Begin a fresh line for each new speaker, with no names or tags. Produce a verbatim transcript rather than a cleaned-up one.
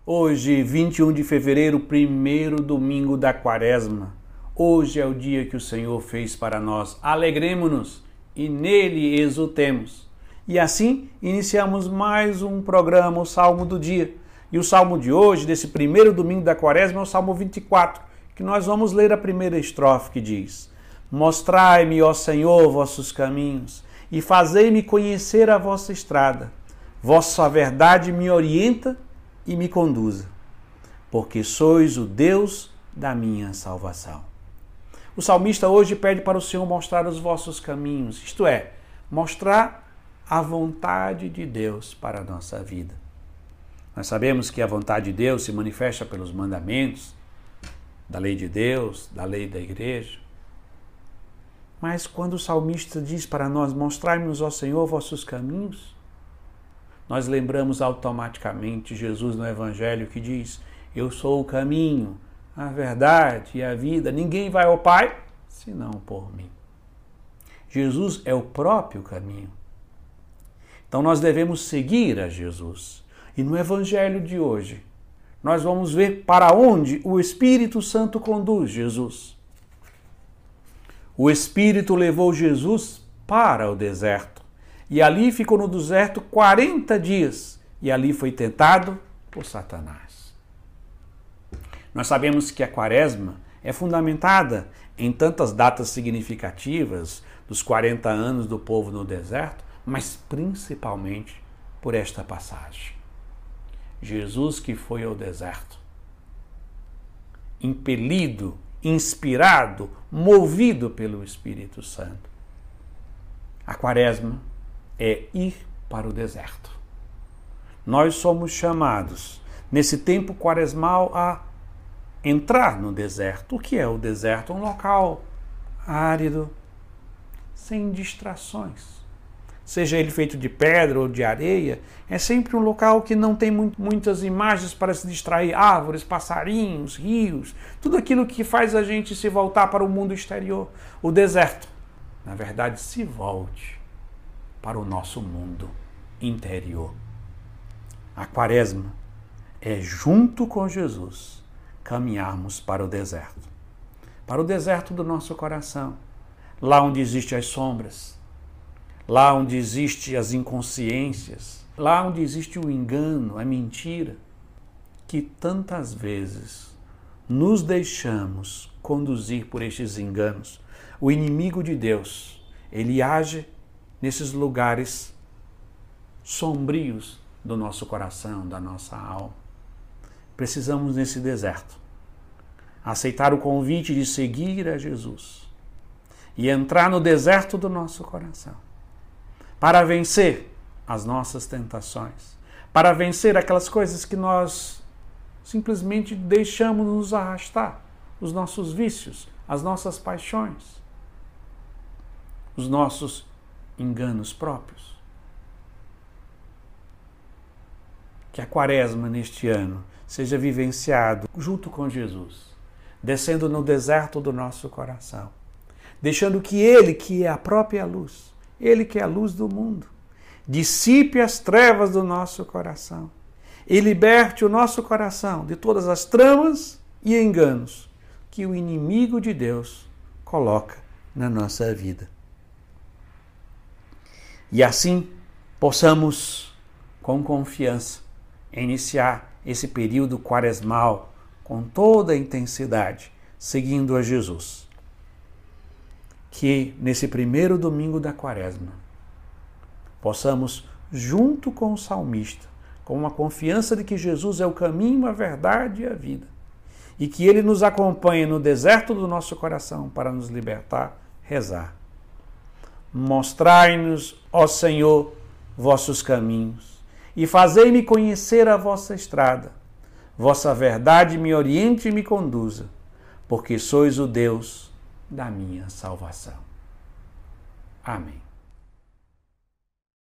Hoje, vinte e um de fevereiro, primeiro domingo da quaresma. Hoje é o dia que o Senhor fez para nós. Alegremo-nos e nele exultemos. E assim, iniciamos mais um programa, o Salmo do Dia. E o Salmo de hoje, desse primeiro domingo da quaresma, é o Salmo vinte e quatro, que nós vamos ler a primeira estrofe que diz: Mostrai-me, ó Senhor, vossos caminhos, e fazei-me conhecer a vossa estrada. Vossa verdade me orienta e me conduza, porque sois o Deus da minha salvação. O salmista hoje pede para o Senhor mostrar os vossos caminhos, isto é, mostrar a vontade de Deus para a nossa vida. Nós sabemos que a vontade de Deus se manifesta pelos mandamentos da lei de Deus, da lei da igreja. Mas quando o salmista diz para nós, mostrai-nos, ó Senhor, vossos caminhos, nós lembramos automaticamente Jesus no Evangelho que diz: eu sou o caminho, a verdade e a vida. Ninguém vai ao Pai senão por mim. Jesus é o próprio caminho. Então nós devemos seguir a Jesus. E no Evangelho de hoje, nós vamos ver para onde o Espírito Santo conduz Jesus. O Espírito levou Jesus para o deserto. E ali ficou no deserto quarenta dias. E ali foi tentado por Satanás. Nós sabemos que a quaresma é fundamentada em tantas datas significativas dos quarenta anos do povo no deserto, mas principalmente por esta passagem. Jesus que foi ao deserto, impelido, inspirado, movido pelo Espírito Santo. A quaresma é ir para o deserto. Nós somos chamados, nesse tempo quaresmal, a entrar no deserto. O que é o deserto? Um local árido, sem distrações. Seja ele feito de pedra ou de areia, é sempre um local que não tem muito, muitas imagens para se distrair. Árvores, passarinhos, rios, tudo aquilo que faz a gente se voltar para o mundo exterior. O deserto, na verdade, se volte para o nosso mundo interior. A quaresma é, junto com Jesus, caminharmos para o deserto. Para o deserto do nosso coração, lá onde existem as sombras, lá onde existem as inconsciências, lá onde existe o engano, a mentira, que tantas vezes nos deixamos conduzir por estes enganos. O inimigo de Deus, ele age nesses lugares sombrios do nosso coração, da nossa alma. Precisamos, nesse deserto, aceitar o convite de seguir a Jesus e entrar no deserto do nosso coração para vencer as nossas tentações, para vencer aquelas coisas que nós simplesmente deixamos nos arrastar, os nossos vícios, as nossas paixões, os nossos enganos próprios. Que a quaresma neste ano seja vivenciado junto com Jesus, descendo no deserto do nosso coração, deixando que Ele, que é a própria luz, Ele que é a luz do mundo, dissipe as trevas do nosso coração e liberte o nosso coração de todas as tramas e enganos que o inimigo de Deus coloca na nossa vida. E assim possamos, com confiança, iniciar esse período quaresmal com toda a intensidade, seguindo a Jesus. Que nesse primeiro domingo da quaresma possamos, junto com o salmista, com uma confiança de que Jesus é o caminho, a verdade e a vida, e que Ele nos acompanhe no deserto do nosso coração para nos libertar, rezar. Mostrai-nos, ó Senhor, vossos caminhos, e fazei-me conhecer a vossa estrada. Vossa verdade me oriente e me conduza, porque sois o Deus da minha salvação. Amém.